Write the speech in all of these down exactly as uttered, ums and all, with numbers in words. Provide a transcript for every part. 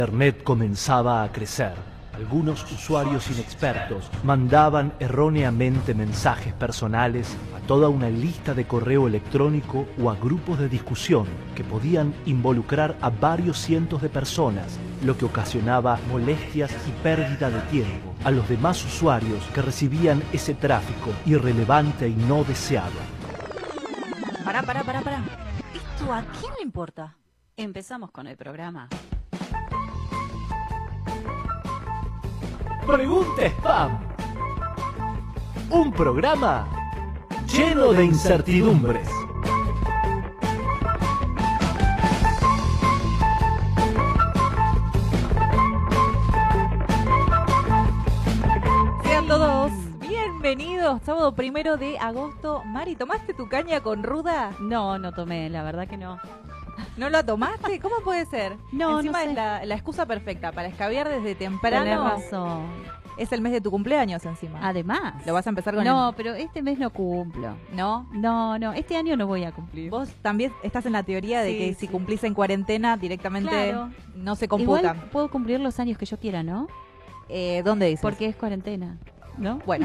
Internet comenzaba a crecer. Algunos usuarios inexpertos mandaban erróneamente mensajes personales a toda una lista de correo electrónico o a grupos de discusión que podían involucrar a varios cientos de personas, lo que ocasionaba molestias y pérdida de tiempo a los demás usuarios que recibían ese tráfico irrelevante y no deseado. Pará, pará, pará, pará. ¿Esto a quién le importa? Empezamos con el programa. Pregunta Spam. Un programa lleno de incertidumbres. Sean todos bienvenidos. Sábado primero de agosto. Mari, ¿tomaste tu caña con ruda? No, no tomé, la verdad que no. ¿No la tomaste? ¿Cómo puede ser? No, Encima no sé. es la, la excusa perfecta para escabiar desde temprano. Tenés razón. Es el mes de tu cumpleaños encima. Además. Lo vas a empezar con No, el... pero este mes no cumplo. ¿No? No, no, este año no voy a cumplir. Vos también estás en la teoría de Sí, que si sí. cumplís en cuarentena directamente Claro. no se computan. Igual puedo cumplir los años que yo quiera, ¿no? Eh, ¿Dónde dices? Porque es cuarentena, ¿no? Bueno,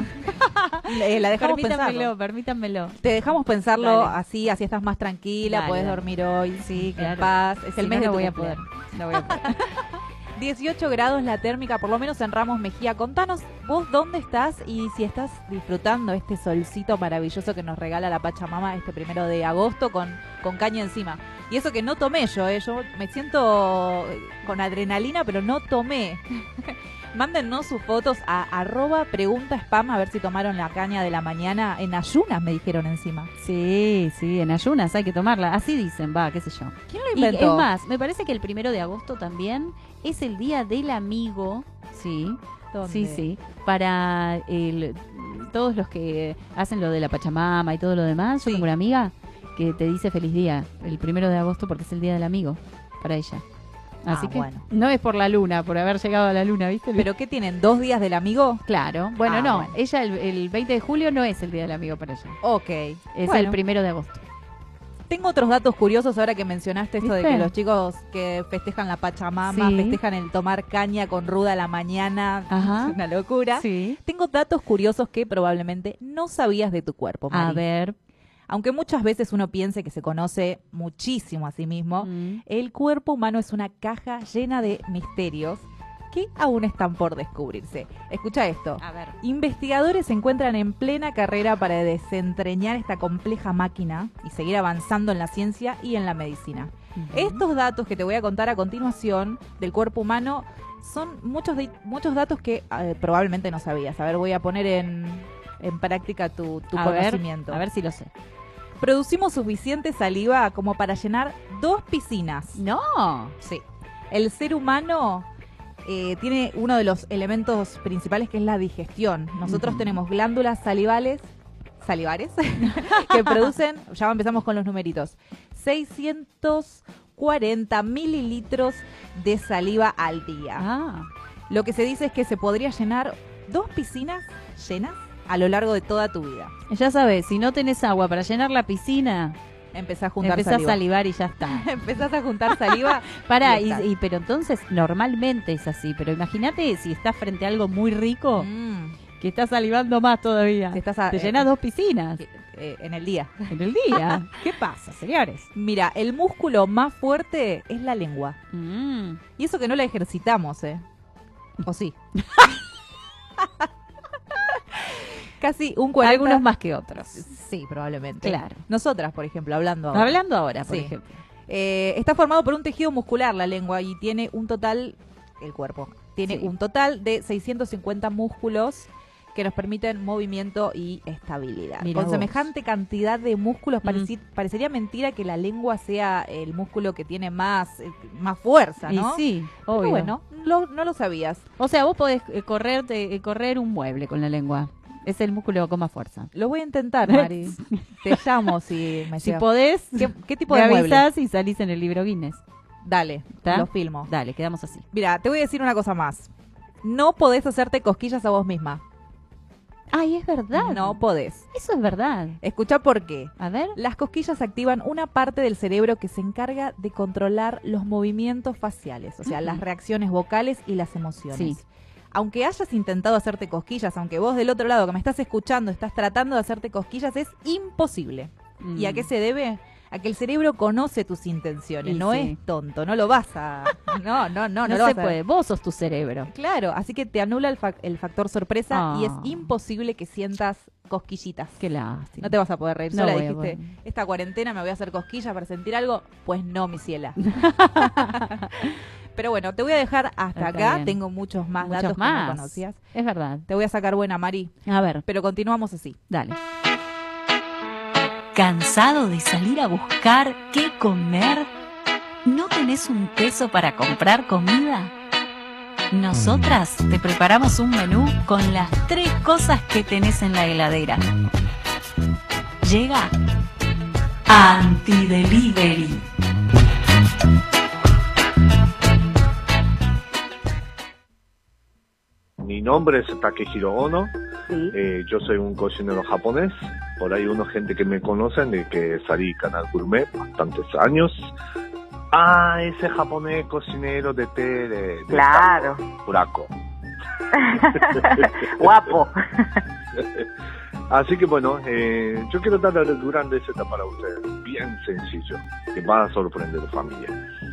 eh, la dejamos Permítanmelo, pensarlo. permítanmelo. Te dejamos pensarlo Dale. así, así estás más tranquila, Dale, podés dale. dormir hoy, Sí, en claro. paz. Es el Si mes no, de no tu voy a cumpleaños. poder. No voy a poder. dieciocho grados la térmica, por lo menos en Ramos Mejía. Contanos vos dónde estás y si estás disfrutando este solcito maravilloso que nos regala la Pachamama este primero de agosto con, con caña encima. Y eso que no tomé yo, ¿eh? Yo me siento con adrenalina, pero no tomé. Mándennos sus fotos a arroba pregunta spam a ver si tomaron la caña de la mañana en ayunas, me dijeron encima. Sí, sí, en ayunas hay que tomarla. Así dicen, va, qué sé yo. ¿Quién lo Y inventó? es más, me parece que el primero de agosto también es el día del amigo, sí, ¿Dónde? sí, sí, para el, todos los que hacen lo de la Pachamama y todo lo demás. Sí. Yo tengo una amiga que te dice feliz día el primero de agosto porque es el día del amigo para ella. Así Ah, que bueno. no es por la luna, por haber llegado a la luna, ¿viste? ¿Pero qué tienen? ¿Dos días del amigo? Claro, bueno, Ah, no, bueno. ella el, el veinte de julio no es el día del amigo para ella, Ok. es Bueno. el primero de agosto. Tengo otros datos curiosos ahora que mencionaste esto de ¿Viste? que los chicos que festejan la Pachamama, Sí. festejan el tomar caña con ruda a la mañana. Ajá. Es una locura. Sí. Tengo datos curiosos que probablemente no sabías de tu cuerpo, Mari. A ver. Aunque muchas veces uno piense que se conoce muchísimo a sí mismo, Mm. el cuerpo humano es una caja llena de misterios que aún están por descubrirse. Escucha esto. A ver. Investigadores se encuentran en plena carrera para desentrañar esta compleja máquina y seguir avanzando en la ciencia y en la medicina. Estos datos que te voy a contar a continuación del cuerpo humano son muchos, de- muchos datos que eh, probablemente no sabías. A ver, voy a poner en, en práctica tu, tu a ver, conocimiento. a ver si lo sé. Producimos suficiente saliva como para llenar dos piscinas. No. Sí. El ser humano eh, tiene uno de los elementos principales que es la digestión. Nosotros Ujú. tenemos glándulas salivales, salivares, que producen, ya empezamos con los numeritos, seiscientos cuarenta mililitros de saliva al día. Ah. Lo que se dice es que se podría llenar dos piscinas llenas a lo largo de toda tu vida. Ya sabes, si no tenés agua para llenar la piscina, Empezás a juntar empezás saliva. a salivar y ya está. Empezás a juntar saliva. Pará, y y, estás. y- pero entonces normalmente es así. Pero imagínate si estás frente a algo muy rico, Mm, que estás salivando más todavía. si estás a- Te eh, llenas dos piscinas eh, en el día. en el día. ¿Qué pasa, señores? Mira, el músculo más fuerte es la lengua. Mm. Y eso que no la ejercitamos, ¿eh? ¿O sí? Casi un cuarenta. Algunos más que otros. Sí, probablemente. Claro. Nosotras, por ejemplo, hablando ahora. Hablando ahora, por Sí. ejemplo. Eh, está formado por un tejido muscular la lengua y tiene un total, el cuerpo, tiene Sí. un total de seiscientos cincuenta músculos que nos permiten movimiento y estabilidad. Mirá Con vos. semejante cantidad de músculos Mm. pareci- parecería mentira que la lengua sea el músculo que tiene más, eh, más fuerza, ¿no? Y sí, Pero obvio. bueno, lo- no lo sabías. O sea, vos podés eh, correr, eh, correr un mueble con la lengua. Es el músculo con más fuerza. Lo voy a intentar, Mari. Te llamo si me Si llega. podés, ¿Qué, qué tipo me de mueble? avisás y salís en el libro Guinness. Dale, ¿Está? lo filmo. Dale, quedamos así. Mira, te voy a decir una cosa más. No podés hacerte cosquillas a vos misma. Ay, es verdad. No podés. Eso es verdad. Escuchá por qué. A ver. Las cosquillas activan una parte del cerebro que se encarga de controlar los movimientos faciales, o sea, Ujú. las reacciones vocales y las emociones. Sí. Aunque hayas intentado hacerte cosquillas, aunque vos del otro lado que me estás escuchando estás tratando de hacerte cosquillas, es imposible. Mm. ¿Y a qué se debe? A que el cerebro conoce tus intenciones, Y no sí. es tonto, no lo vas a... No, no, no, No, no, lo se vas a- puede. Vos sos tu cerebro. Claro, así que te anula el, fac- el factor sorpresa Ah. y es imposible que sientas cosquillitas. Qué lástima. No te vas a poder reír No sola. voy a Dijiste, poder. esta cuarentena me voy a hacer cosquillas para sentir algo. Pues no, mi ciela. Pero bueno, te voy a dejar hasta Está acá. bien. Tengo muchos más Muchos datos que más. no conocías. Es verdad. Te voy a sacar buena, Mari. A ver, Pero continuamos así. dale. ¿Cansado de salir a buscar qué comer? ¿No tenés un peso para comprar comida? Nosotras te preparamos un menú con las tres cosas que tenés en la heladera. Llega Antidelivery. Mi nombre es Takehiro Ono, Sí. eh, yo soy un cocinero japonés, por ahí una gente que me conocen de que salí Canal Gourmet bastantes años. Ah, ese japonés cocinero de té de, de Claro. Furaco. Guapo. Así que bueno, eh, yo quiero dar una gran receta para ustedes, bien sencillo, que va a sorprender a tu familia.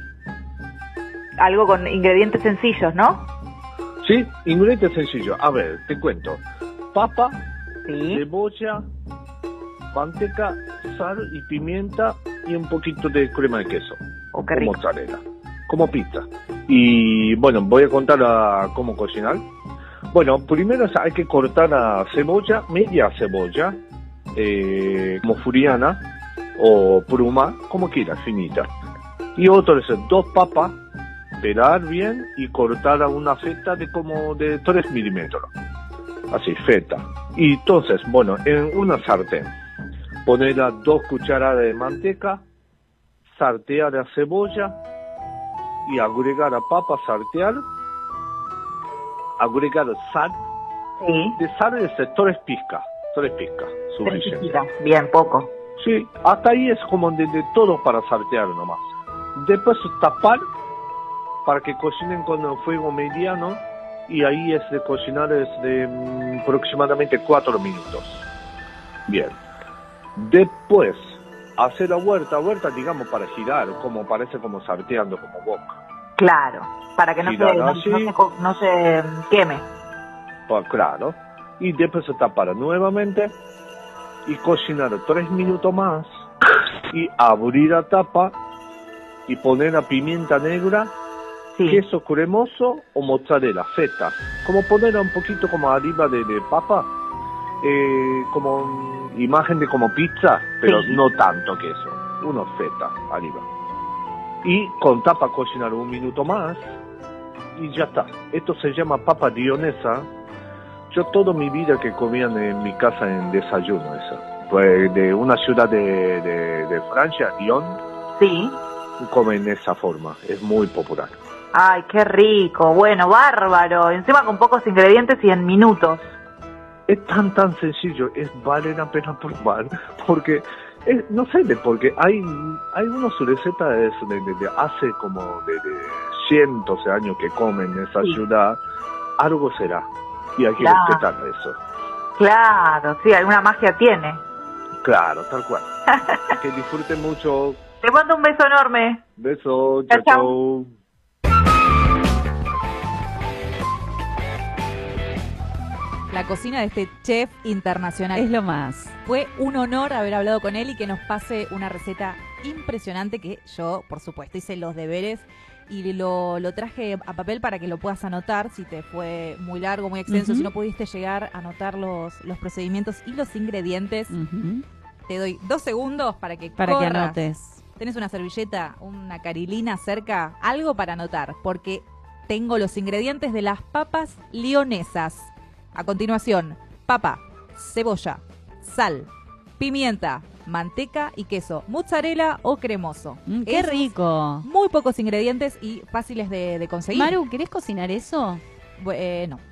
Algo con ingredientes sencillos, ¿no? Sí, ingredientes sencillos. A ver, te cuento. Papa, Sí. cebolla, manteca, sal y pimienta y un poquito de crema de queso. Oh, qué o rico. mozzarella. Como pizza. Y bueno, voy a contar a cómo cocinar. Bueno, primero hay que cortar la cebolla, media cebolla, eh, como furiana o pluma, como quieras, finita. Y otro es dos papas, pelar bien y cortar a una feta de como de tres milímetros. Así, feta. Y entonces, bueno, en una sartén, poner a dos cucharadas de manteca, saltear la cebolla y agregar a papa, saltear, agregar sal, Sí. de sal es de tres pizcas, tres pizcas, Tres suficiente. chiquitas. Bien, poco. Sí, hasta ahí es como de, de todo para saltear nomás. Después tapar para que cocinen con el fuego mediano y ahí es de cocinar es de mm, aproximadamente cuatro minutos. Bien. Después hacer la huerta, huerta digamos para girar, como parece como salteando como boca. Claro. Para que no se, Girar no, así. no se, co- no se queme. Pues claro. Y después se tapar nuevamente y cocinar tres minutos más y abrir la tapa y poner la pimienta negra, Sí. queso cremoso o mozzarella, feta. Como poner un poquito como arriba de, de papa, eh, como mm, imagen de como pizza, pero Sí. no tanto queso, unos feta arriba. Y con tapa cocinar un minuto más y ya está. Esto se llama papa lionesa. Yo toda mi vida que comían en mi casa en desayuno eso. Pues de una ciudad de, de, de Francia, Lyon, Sí. comen de esa forma. Es muy popular. Ay, qué rico. Bueno, bárbaro. Encima con pocos ingredientes y en minutos. Es tan tan sencillo, es vale la pena probar, porque es- no sé de por qué hay hay unas recetas de, de- de hace como de, de cientos de años que comen en esa Sí. ciudad, algo será y hay que Claro. respetar eso. Claro, sí, alguna magia tiene. Claro, tal cual. Que disfruten mucho. Te mando un beso enorme. Besos, Chao, chao, chao. chao. La cocina de este chef internacional. Es lo más. Fue un honor haber hablado con él y que nos pase una receta impresionante que yo, por supuesto, hice los deberes y lo, lo traje a papel para que lo puedas anotar si te fue muy largo, muy extenso, Ujú. si no pudiste llegar a anotar los, los procedimientos y los ingredientes. Ujú. Te doy dos segundos para que Para que corras. anotes. ¿Tenés una servilleta, una carilina cerca? Algo para anotar, porque tengo los ingredientes de las papas lionesas. A continuación, papa, cebolla, sal, pimienta, manteca y queso, mozzarella o cremoso. Mm, qué Esos rico. Muy pocos ingredientes y fáciles de, de conseguir. Maru, ¿querés cocinar eso? Bu- Eh, no.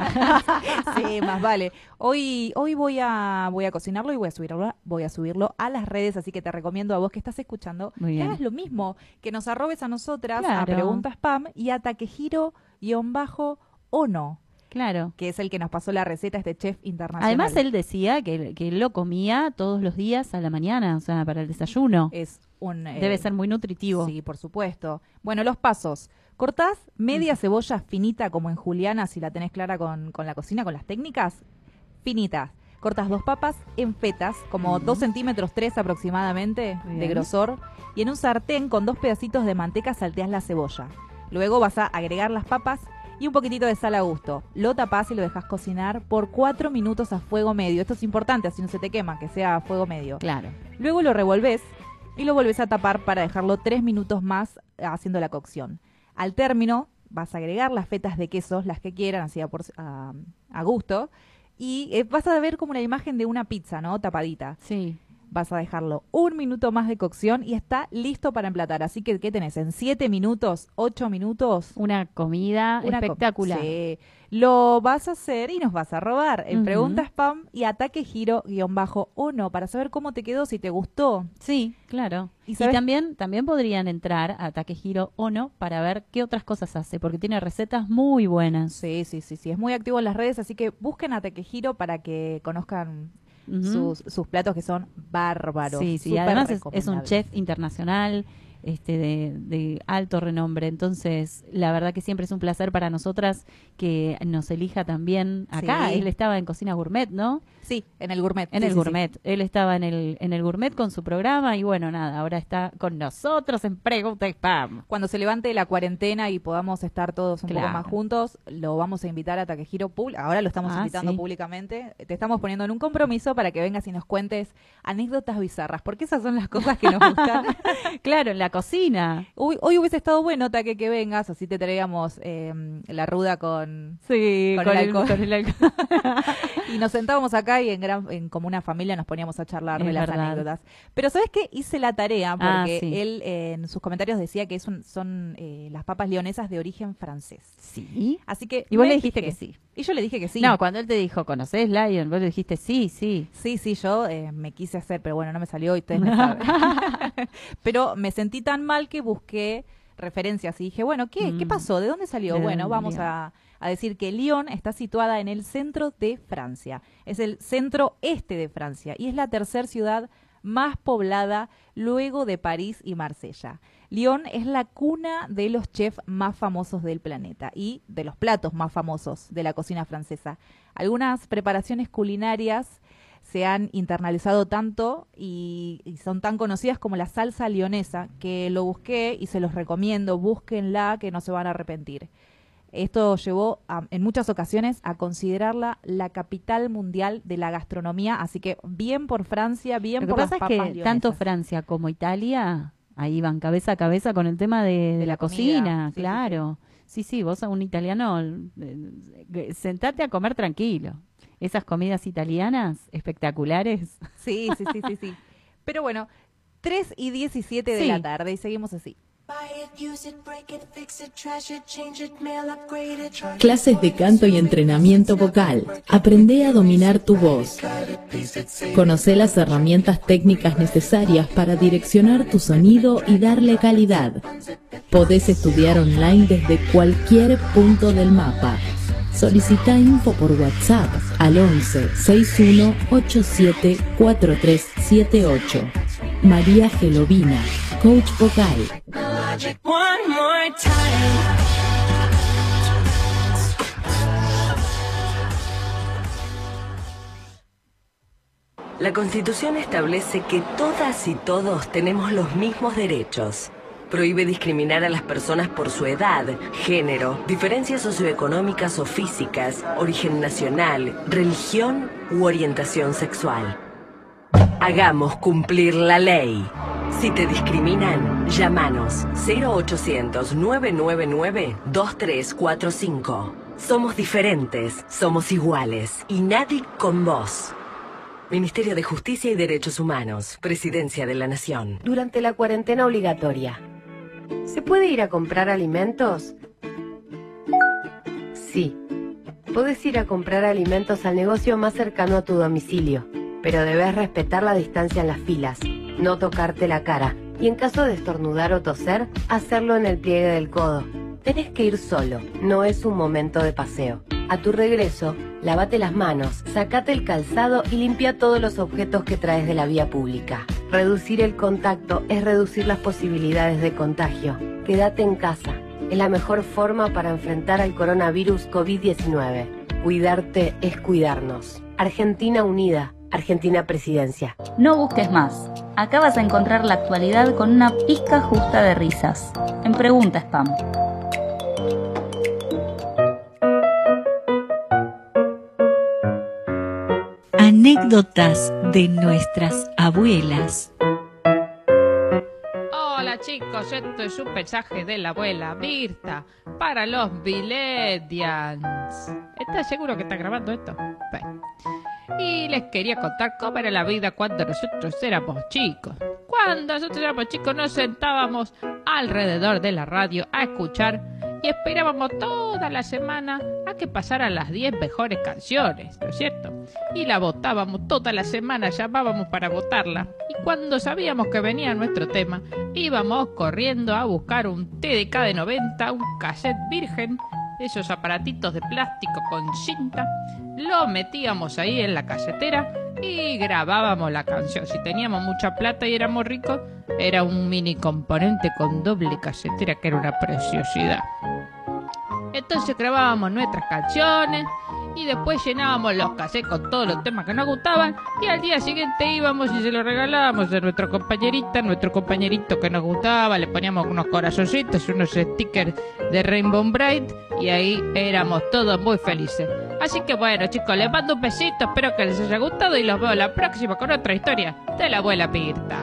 Sí, más vale. Hoy, hoy voy a voy a cocinarlo y voy a subirlo, voy a subirlo a las redes, así que te recomiendo a vos que estás escuchando Muy que bien. hagas lo mismo, que nos arrobes a nosotras a Claro. Pregunta Spam y a Takehiro guión bajo o no, Claro. que es el que nos pasó la receta, este chef internacional. Además, él decía que, que él lo comía todos los días a la mañana, o sea, para el desayuno. es un eh, Debe ser muy nutritivo. Sí, por supuesto. Bueno, los pasos. Cortás media cebolla finita como en juliana, si la tenés clara con, con la cocina, con las técnicas, finitas. Cortás dos papas en fetas, como Ujú. dos centímetros tres aproximadamente Muy de bien. grosor. Y en un sartén con dos pedacitos de manteca salteás la cebolla. Luego vas a agregar las papas y un poquitito de sal a gusto. Lo tapás y lo dejás cocinar por cuatro minutos a fuego medio. Esto es importante, así no se te quema, que sea a fuego medio. Claro. Luego lo revolvés y lo volvés a tapar para dejarlo tres minutos más haciendo la cocción. Al término vas a agregar las fetas de quesos, las que quieran, así a, por- a- a gusto, y eh, vas a ver como una imagen de una pizza, ¿no? Tapadita. Sí. Vas a dejarlo un minuto más de cocción y está listo para emplatar. Así que, ¿qué tenés? En siete minutos, ocho minutos, Una comida una co- espectacular. Sí. Lo vas a hacer y nos vas a robar en Ujú. Pregunta Spam y Ataque Giro guión bajo uno para saber cómo te quedó, si te gustó. Sí, claro. ¿Y Y, sabes- también, también podrían entrar a Takehiro Ono para ver qué otras cosas hace, porque tiene recetas muy buenas. Sí, sí, sí, sí. Es muy activo en las redes, así que busquen a Takehiro para que conozcan Ujú. sus, sus platos que son bárbaros. Sí, sí, súper además es, es un recomendables. chef internacional, este, de, de alto renombre. Entonces, la verdad que siempre es un placer para nosotras que nos elija también acá. Sí. Él estaba en Cocina Gourmet, ¿no? Sí, en el gourmet. En Sí, el sí, Gourmet. Él estaba en el, en el Gourmet con su programa y bueno, nada, ahora está con nosotros en Pregunta Spam. sí. Cuando se levante la cuarentena y podamos estar todos un Claro. poco más juntos, lo vamos a invitar a Takehiro Público. Ahora lo estamos Ah, invitando sí. públicamente. Te estamos poniendo en un compromiso para que vengas y nos cuentes anécdotas bizarras, porque esas son las cosas que nos gustan. Claro, en la cocina. Hoy, hoy hubiese estado bueno, Take, que vengas, así te traíamos eh, la ruda con... Sí, Con el alcohol. Y nos sentábamos acá y en, gran, en como una familia nos poníamos a charlar Es de las verdad. anécdotas. Pero ¿sabes qué? Hice la tarea Ah, porque sí. él eh, en sus comentarios decía que es un- son eh, las papas leonesas de origen francés. Sí. Así que Y vos me le dijiste fijé. que sí. Y yo le dije que sí. No, cuando él te dijo, ¿conocés Lion? Vos le dijiste sí, sí. Sí, sí, yo eh, me quise hacer, pero bueno, no me salió y ustedes me saben. Pero me sentí tan mal que busqué referencias y dije, bueno, ¿qué, ¿qué Mm. pasó? ¿De dónde salió? ¿De Bueno, dónde, vamos Lyon? a, a decir que Lyon está situada en el centro de Francia. Es el centro este de Francia y es la tercera ciudad más poblada luego de París y Marsella. Lyon es la cuna de los chefs más famosos del planeta y de los platos más famosos de la cocina francesa. Algunas preparaciones culinarias se han internalizado tanto y, y son tan conocidas como la salsa lionesa, que lo busqué y se los recomiendo, búsquenla, que no se van a arrepentir. Esto llevó a- en muchas ocasiones a considerarla la capital mundial de la gastronomía, así que bien por Francia, bien Lo que por pasa las es papas que tanto lionesas. Francia como Italia ahí van cabeza a cabeza con el tema de, de De la, la comida. cocina, Sí, sí, claro. Sí, sí, vos a un italiano, eh, sentate a comer tranquilo. Esas comidas italianas espectaculares. Sí, sí, sí, sí, sí. Pero bueno, tres y diecisiete de Sí. la tarde y seguimos así. Clases de canto y entrenamiento vocal. Aprende a dominar tu voz. Conoce las herramientas técnicas necesarias para direccionar tu sonido y darle calidad. Podés estudiar online desde cualquier punto del mapa. Solicita info por WhatsApp al once sesenta y uno ochenta y siete cuarenta y tres setenta y ocho. María Gelovina, coach vocal. La Constitución establece que todas y todos tenemos los mismos derechos. Prohíbe discriminar a las personas por su edad, género, diferencias socioeconómicas o físicas, origen nacional, religión u orientación sexual. Hagamos cumplir la ley. Si te discriminan, llámanos cero ochocientos nueve nueve nueve dos tres cuatro cinco. Somos diferentes, somos iguales y nadie con vos. Ministerio de Justicia y Derechos Humanos, Presidencia de la Nación. Durante la cuarentena obligatoria, ¿se puede ir a comprar alimentos? Sí, podés ir a comprar alimentos al negocio más cercano a tu domicilio, pero debes respetar la distancia en las filas, no tocarte la cara y en caso de estornudar o toser, hacerlo en el pliegue del codo. Tenés que ir solo, no es un momento de paseo. A tu regreso, lávate las manos, sacate el calzado y limpia todos los objetos que traes de la vía pública. Reducir el contacto es reducir las posibilidades de contagio. Quédate en casa. Es la mejor forma para enfrentar al coronavirus COVID diecinueve. Cuidarte es cuidarnos. Argentina Unida. Argentina Presidencia. No busques más. Acá vas a encontrar la actualidad con una pizca justa de risas. En Pregunta Spam. Anécdotas de nuestras abuelas. Hola chicos, esto es un mensaje de la abuela Mirta para los millennials. ¿Estás seguro que está grabando esto? Bueno. Y les quería contar cómo era la vida cuando nosotros éramos chicos. Cuando nosotros éramos chicos nos sentábamos alrededor de la radio a escuchar y esperábamos toda la semana a que pasaran las diez mejores canciones, ¿no es cierto? Y la votábamos toda la semana, llamábamos para votarla. Y cuando sabíamos que venía nuestro tema, íbamos corriendo a buscar un T D K de noventa, un cassette virgen, esos aparatitos de plástico con cinta, lo metíamos ahí en la casetera y grabábamos la canción. Si teníamos mucha plata y éramos ricos, era un mini componente con doble casetera que era una preciosidad. Entonces grabábamos nuestras canciones y después llenábamos los cassettes con todos los temas que nos gustaban y al día siguiente íbamos y se los regalábamos a nuestra compañerita, nuestro compañerito que nos gustaba, le poníamos unos corazoncitos, unos stickers de Rainbow Bright y ahí éramos todos muy felices. Así que bueno chicos, les mando un besito, espero que les haya gustado y los veo la próxima con otra historia de la abuela Mirta.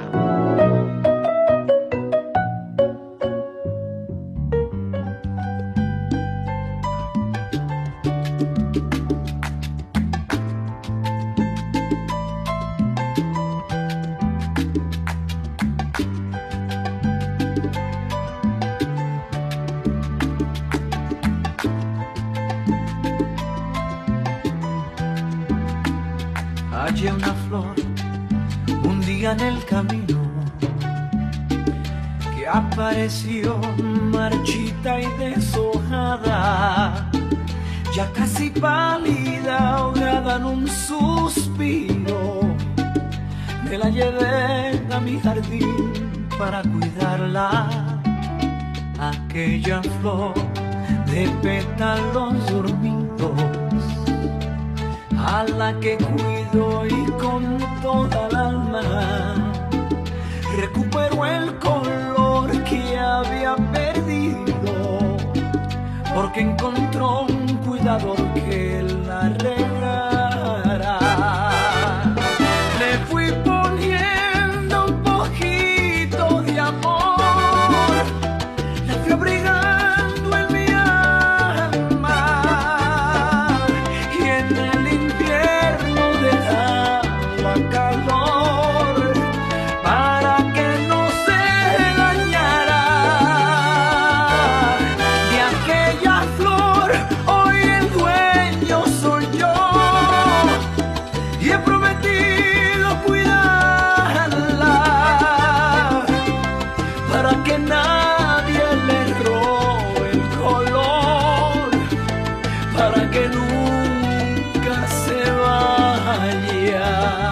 Hallé una flor un día en el camino que apareció marchita y deshojada, ya casi pálida, ahogada en un suspiro. Me la llevé a mi jardín para cuidarla, aquella flor de pétalos dormidos, a la que cuido y con toda el alma recupero el color que había perdido, porque encontró un cuidador que la regara. Le fui poniendo un poquito de amor, la fui abrigando en mi alma y en el invierno dejaba calor para que no se dañara. De aquella flor hoy el dueño soy yo y he prometido cuidarla para que nadie le robe el color, para que nunca se vaya.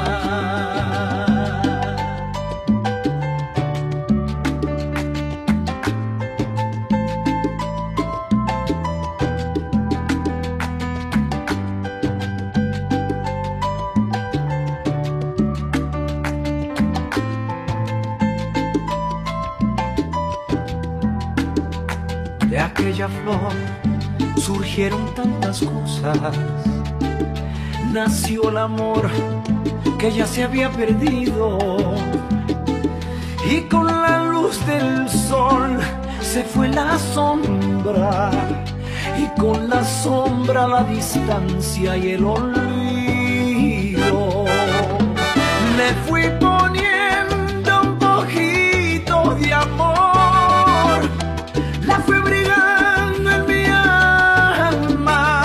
De aquella flor surgieron tantas cosas, nació el amor que ya se había perdido y con la luz del sol se fue la sombra y con la sombra la distancia y el olvido. Le fui poniendo un poquito de amor, la fui abrigando en mi alma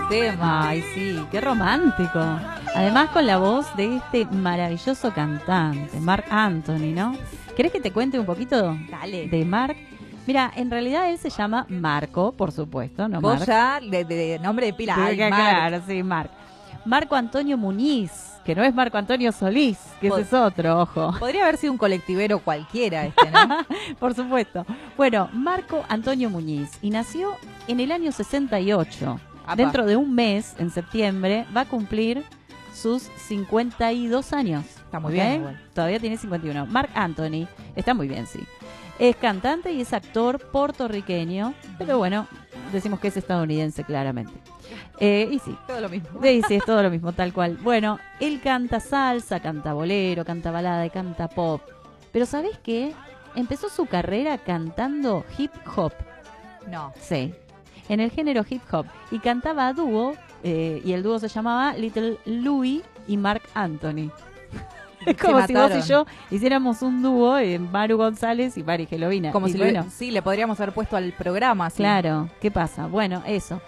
tema. Ay, sí, qué romántico. Además con la voz de este maravilloso cantante, Marc Anthony, ¿no? ¿Querés que te cuente un poquito Dale. de Marc? Mira, en realidad él se llama Marco, por supuesto, ¿no? Vos Marc. ya, de, de- de nombre de pila. Ay, Claro, Marc. claro, sí, Marc. Marco Antonio Muniz, que no es Marco Antonio Solís, que ese Pod- es otro, ojo. Podría haber sido un colectivero cualquiera este, ¿no? Por supuesto. Bueno, Marco Antonio Muñiz, y nació en el año sesenta y ocho. Apa. Dentro de un mes, en septiembre, va a cumplir sus cincuenta y dos años. Está muy ¿ok? bien, igual. Todavía tiene cincuenta y uno. Marc Anthony, está muy bien, sí. Es cantante y es actor puertorriqueño, pero bueno, decimos que es estadounidense, claramente. Eh, y sí, Todo lo mismo. Sí, sí, es todo lo mismo, tal cual. Bueno, él canta salsa, canta bolero, canta balada y canta pop. Pero ¿sabés qué? Empezó su carrera cantando hip hop. No. Sí, en el género hip hop. Y cantaba a dúo, eh, y el dúo se llamaba Little Louie y Marc Anthony. Es Se como si vos mataron. y yo hiciéramos un dúo en Maru González y Mari Gelovina. Como Y si bueno, le, sí, le podríamos haber puesto al programa. Sí. claro, ¿qué pasa? Bueno, eso.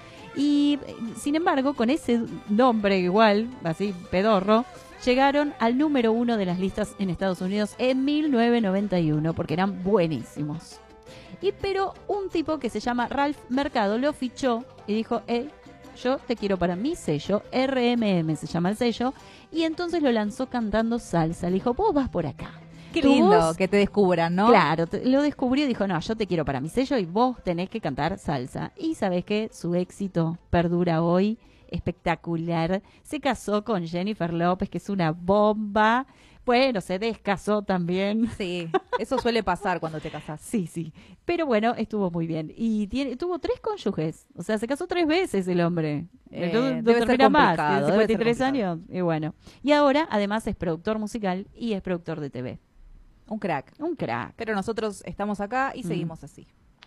Y eh, sin embargo, con ese nombre igual, así pedorro, llegaron al número uno de las listas en Estados Unidos en mil novecientos noventa y uno, porque eran buenísimos. Y pero un tipo que se llama Ralph Mercado lo fichó y dijo, hey, yo te quiero para mi sello, R M M se llama el sello, y entonces lo lanzó cantando salsa. Le dijo, vos vas por acá. Qué Tu lindo voz- que te descubran, ¿no? Claro, te- lo descubrió y dijo, no, yo te quiero para mi sello y vos tenés que cantar salsa. Y sabés que su éxito perdura hoy, espectacular. Se casó con Jennifer López, que es una bomba. Bueno, se descasó también. Sí, eso suele pasar cuando te casas. Sí, sí. Pero bueno, estuvo muy bien. Y tiene, tuvo tres cónyuges. O sea, se casó tres veces el hombre. Eh, No- no debe ser termina más. complicado, Tiene debe ser cincuenta y tres complicado. años. Y bueno. Y ahora, además, es productor musical y es productor de T V. Un crack. Un crack. Pero nosotros estamos acá y Mm. seguimos así.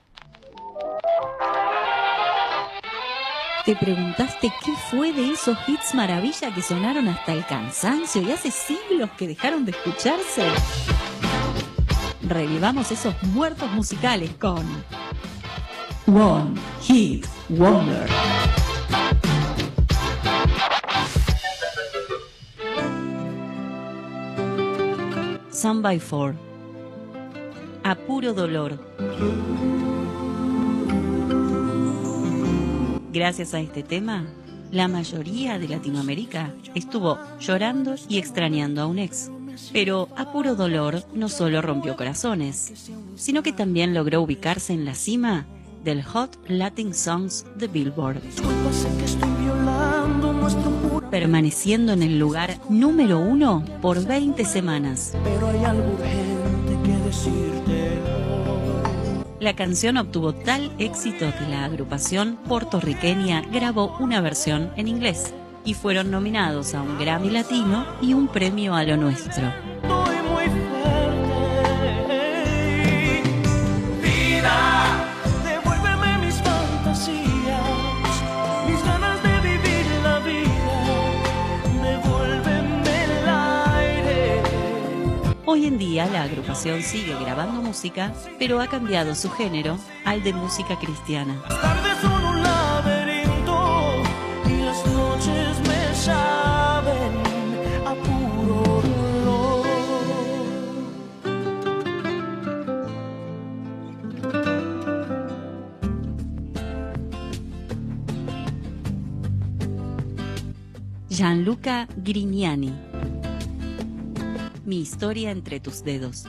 ¿Te preguntaste qué fue de esos hits maravilla que sonaron hasta el cansancio y hace siglos que dejaron de escucharse? Revivamos esos muertos musicales con One Hit Wonder. Sun by Four. A puro dolor. Gracias a este tema, la mayoría de Latinoamérica estuvo llorando y extrañando a un ex. Pero A Puro Dolor no solo rompió corazones, sino que también logró ubicarse en la cima del Hot Latin Songs de Billboard, permaneciendo en el lugar número uno por veinte semanas. Pero hay algo urgente que decirte hoy. La canción obtuvo tal éxito que la agrupación puertorriqueña grabó una versión en inglés y fueron nominados a un Grammy Latino y un premio a lo nuestro. Estoy muy fuerte. Vida, devuélveme mis fantasías, mis ganas de vivir la vida, devuélveme el aire. Hoy en día la agrupación sigue grabando música, pero ha cambiado su género al de música cristiana. Las tardes son un laberinto y las noches me saben a puro dolor. Gianluca Grignani. Mi historia entre tus dedos.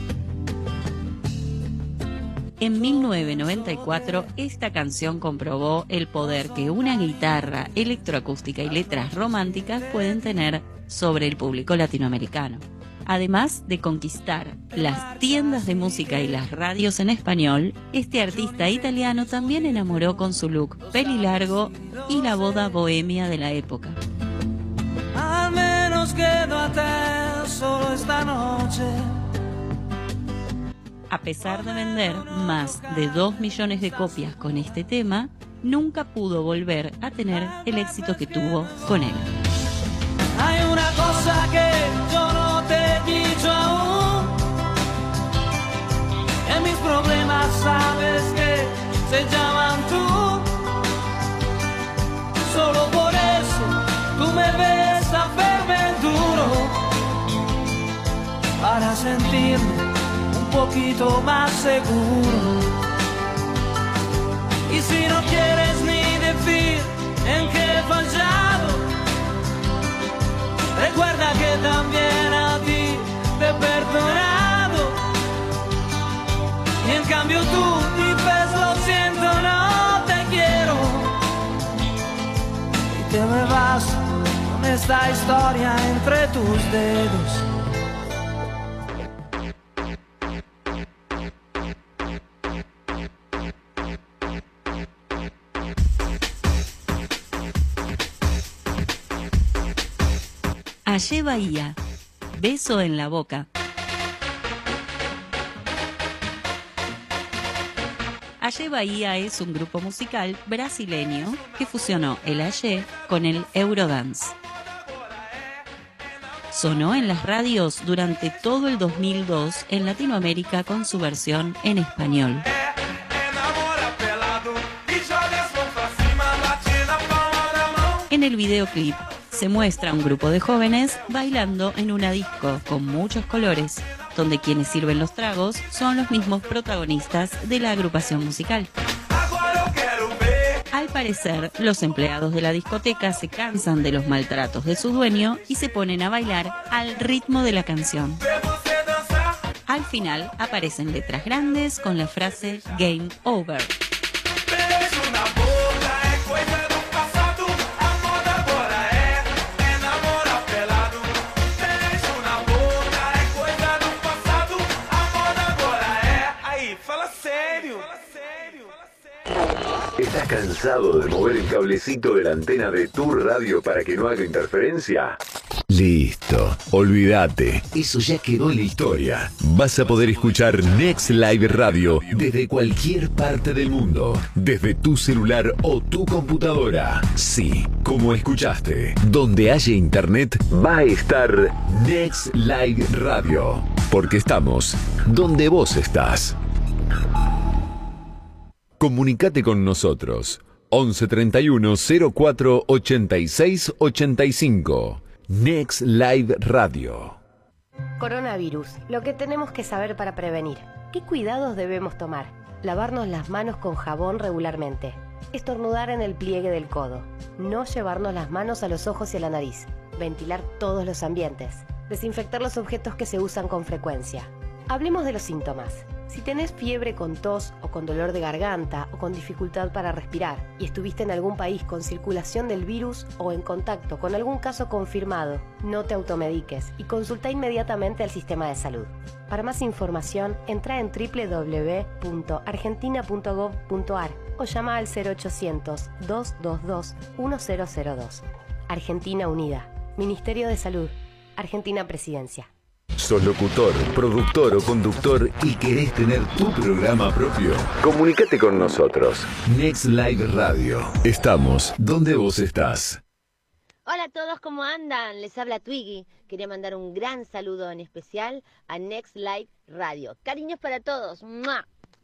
En mil novecientos noventa y cuatro, esta canción comprobó el poder que una guitarra electroacústica y letras románticas pueden tener sobre el público latinoamericano. Además de conquistar las tiendas de música y las radios en español, este artista italiano también enamoró con su look pelilargo y la boda bohemia de la época. Al menos quédate solo esta noche. A pesar de vender más de dos millones de copias con este tema, nunca pudo volver a tener el éxito que tuvo con él. Hay una cosa que yo no te he dicho aún. En mis problemas sabes que se llaman tú. Solo poquito más seguro. Y si no quieres ni decir en qué he fallado, recuerda que también a ti te he perdonado. Y en cambio tú dices lo siento, no te quiero, y te me vas con esta historia entre tus dedos. Aye Bahía, beso en la boca. Aye Bahía es un grupo musical brasileño que fusionó el aye con el Eurodance. Sonó en las radios durante todo el dos mil dos en Latinoamérica con su versión en español. En el videoclip se muestra un grupo de jóvenes bailando en una disco con muchos colores, donde quienes sirven los tragos son los mismos protagonistas de la agrupación musical. Al parecer, los empleados de la discoteca se cansan de los maltratos de su dueño y se ponen a bailar al ritmo de la canción. Al final aparecen letras grandes con la frase Game Over. ¿Estás cansado de mover el cablecito de la antena de tu radio para que no haga interferencia? Listo, olvídate, eso ya quedó en la historia. Vas a poder escuchar Next Live Radio desde cualquier parte del mundo, desde tu celular o tu computadora. Sí, como escuchaste, donde haya internet va a estar Next Live Radio, porque estamos donde vos estás. Comunicate con nosotros. once treinta y uno cero cuatro ochenta y seis ochenta y cinco. Next Live Radio. Coronavirus. Lo que tenemos que saber para prevenir. ¿Qué cuidados debemos tomar? Lavarnos las manos con jabón regularmente. Estornudar en el pliegue del codo. No llevarnos las manos a los ojos y a la nariz. Ventilar todos los ambientes. Desinfectar los objetos que se usan con frecuencia. Hablemos de los síntomas. Si tenés fiebre con tos o con dolor de garganta o con dificultad para respirar y estuviste en algún país con circulación del virus o en contacto con algún caso confirmado, no te automediques y consulta inmediatamente al sistema de salud. Para más información, entra en doble u doble u doble u punto argentina punto gov punto ar o llama al cero ochocientos, dos dos dos, uno cero cero dos. Argentina Unida. Ministerio de Salud. Argentina Presidencia. ¿Sos locutor, productor o conductor y querés tener tu programa propio? Comunícate con nosotros. Next Live Radio. Estamos donde vos estás. Hola a todos, ¿cómo andan? Les habla Twiggy. Quería mandar un gran saludo en especial a Next Live Radio. Cariños para todos. ¡Mua!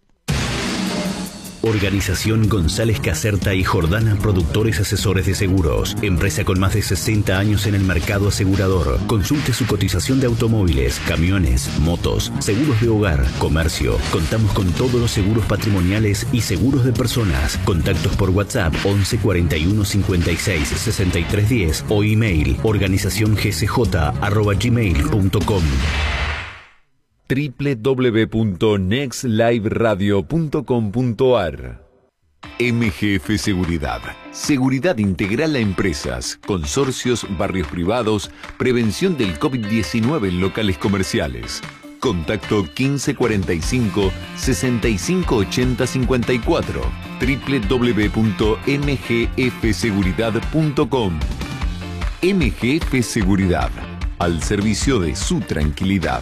Organización González Caserta y Jordana Productores Asesores de Seguros. Empresa con más de sesenta años en el mercado asegurador. Consulte su cotización de automóviles, camiones, motos, seguros de hogar, comercio. Contamos con todos los seguros patrimoniales y seguros de personas. Contactos por WhatsApp once cuarenta y uno cincuenta y seis sesenta y tres diez o email organización g c j arroba gmail punto com. doble u doble u doble u punto next live radio punto com punto ar. M G F Seguridad. Seguridad integral a empresas, consorcios, barrios privados, prevención del COVID diecinueve en locales comerciales. Contacto quince cuarenta y cinco, sesenta y cinco ochenta cincuenta y cuatro. doble u doble u doble u punto m g f seguridad punto com. M G F Seguridad. Al servicio de su tranquilidad.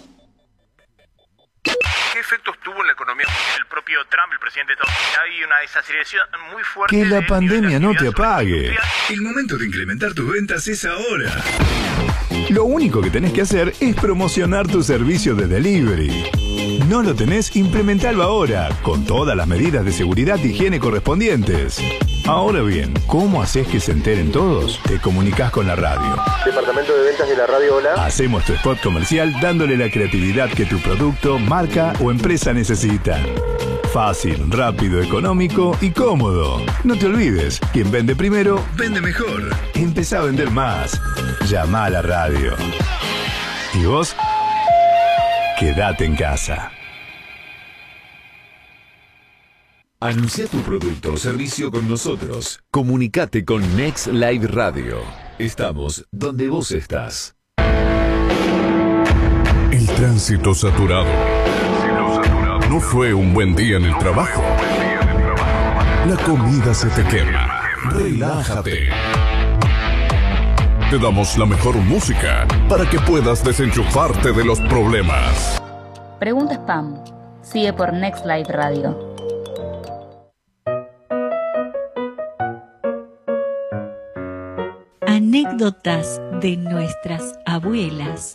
¿Qué efectos tuvo en la economía el propio Trump, el presidente de Estados Unidos? Hay una desaceleración muy fuerte. Que la pandemia no te apague. El momento de incrementar tus ventas es ahora. Lo único que tenés que hacer es promocionar tu servicio de delivery. no lo tenés, implementalo ahora, con todas las medidas de seguridad y higiene correspondientes. Ahora bien, ¿cómo haces que se enteren todos? Te comunicás con la radio. Departamento de Ventas de la Radio Hola. Hacemos tu spot comercial dándole la creatividad que tu producto, marca o empresa necesitan. Fácil, rápido, económico y cómodo. No te olvides, quien vende primero, vende mejor. Empezá a vender más. Llama a la radio. ¿Y vos? Quédate en casa. Anuncia tu producto o servicio con nosotros. Comunicate con Next Live Radio. Estamos donde vos estás. El tránsito saturado. No fue un buen día en el trabajo. La comida se te quema. Relájate. Te damos la mejor música para que puedas desenchufarte de los problemas. Pregunta Spam. Sigue por Next Live Radio. Anécdotas de nuestras abuelas.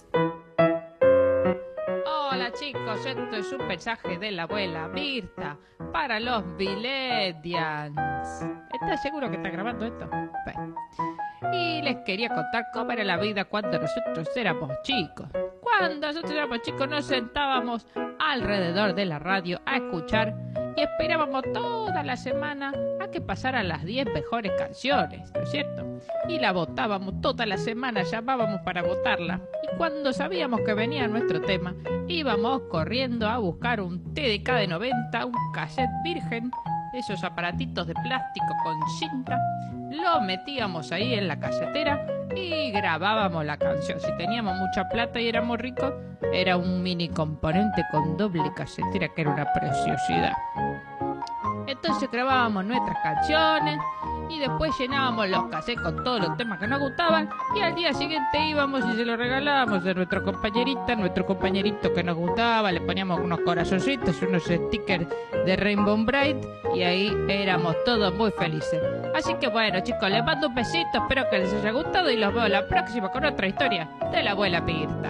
Hola chicos, esto es un mensaje de la abuela Mirta para los millennials. ¿Estás seguro que está grabando esto? Bueno. Y les quería contar cómo era la vida cuando nosotros éramos chicos. Cuando nosotros éramos chicos nos sentábamos alrededor de la radio a escuchar y esperábamos toda la semana a que pasaran las diez mejores canciones, ¿no es cierto? Y la votábamos toda la semana, llamábamos para votarla. Y cuando sabíamos que venía nuestro tema, íbamos corriendo a buscar un T D K de noventa, un cassette virgen, esos aparatitos de plástico con cinta, lo metíamos ahí en la casetera y grabábamos la canción. Si teníamos mucha plata y éramos ricos, era un mini componente con doble casetera que era una preciosidad. Entonces grabábamos nuestras canciones y después llenábamos los cassettes con todos los temas que nos gustaban y al día siguiente íbamos y se los regalábamos a nuestro compañerita, nuestro compañerito que nos gustaba, le poníamos unos corazoncitos, unos stickers de Rainbow Bright y ahí éramos todos muy felices. Así que bueno chicos, les mando un besito, espero que les haya gustado y los veo la próxima con otra historia de la abuela Mirta.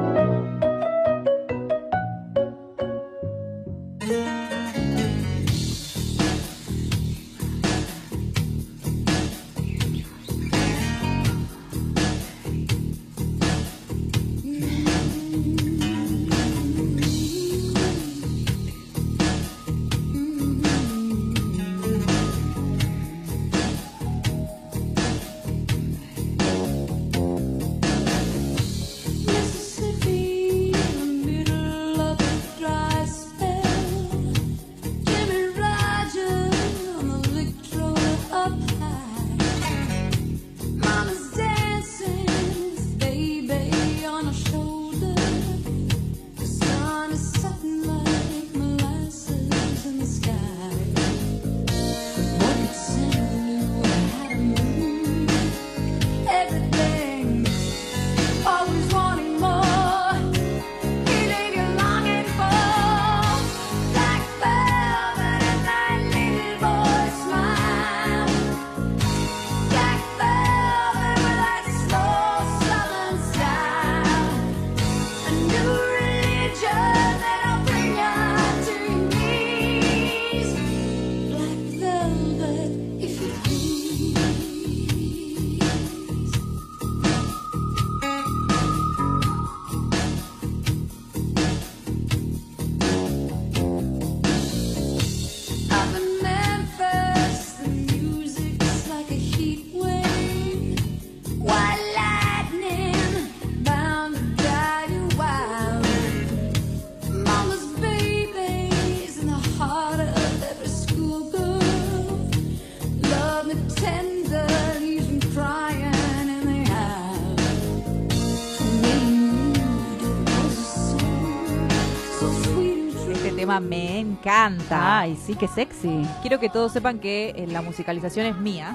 Me encanta. Ay, sí, qué sexy. Quiero que todos sepan que eh, la musicalización es mía.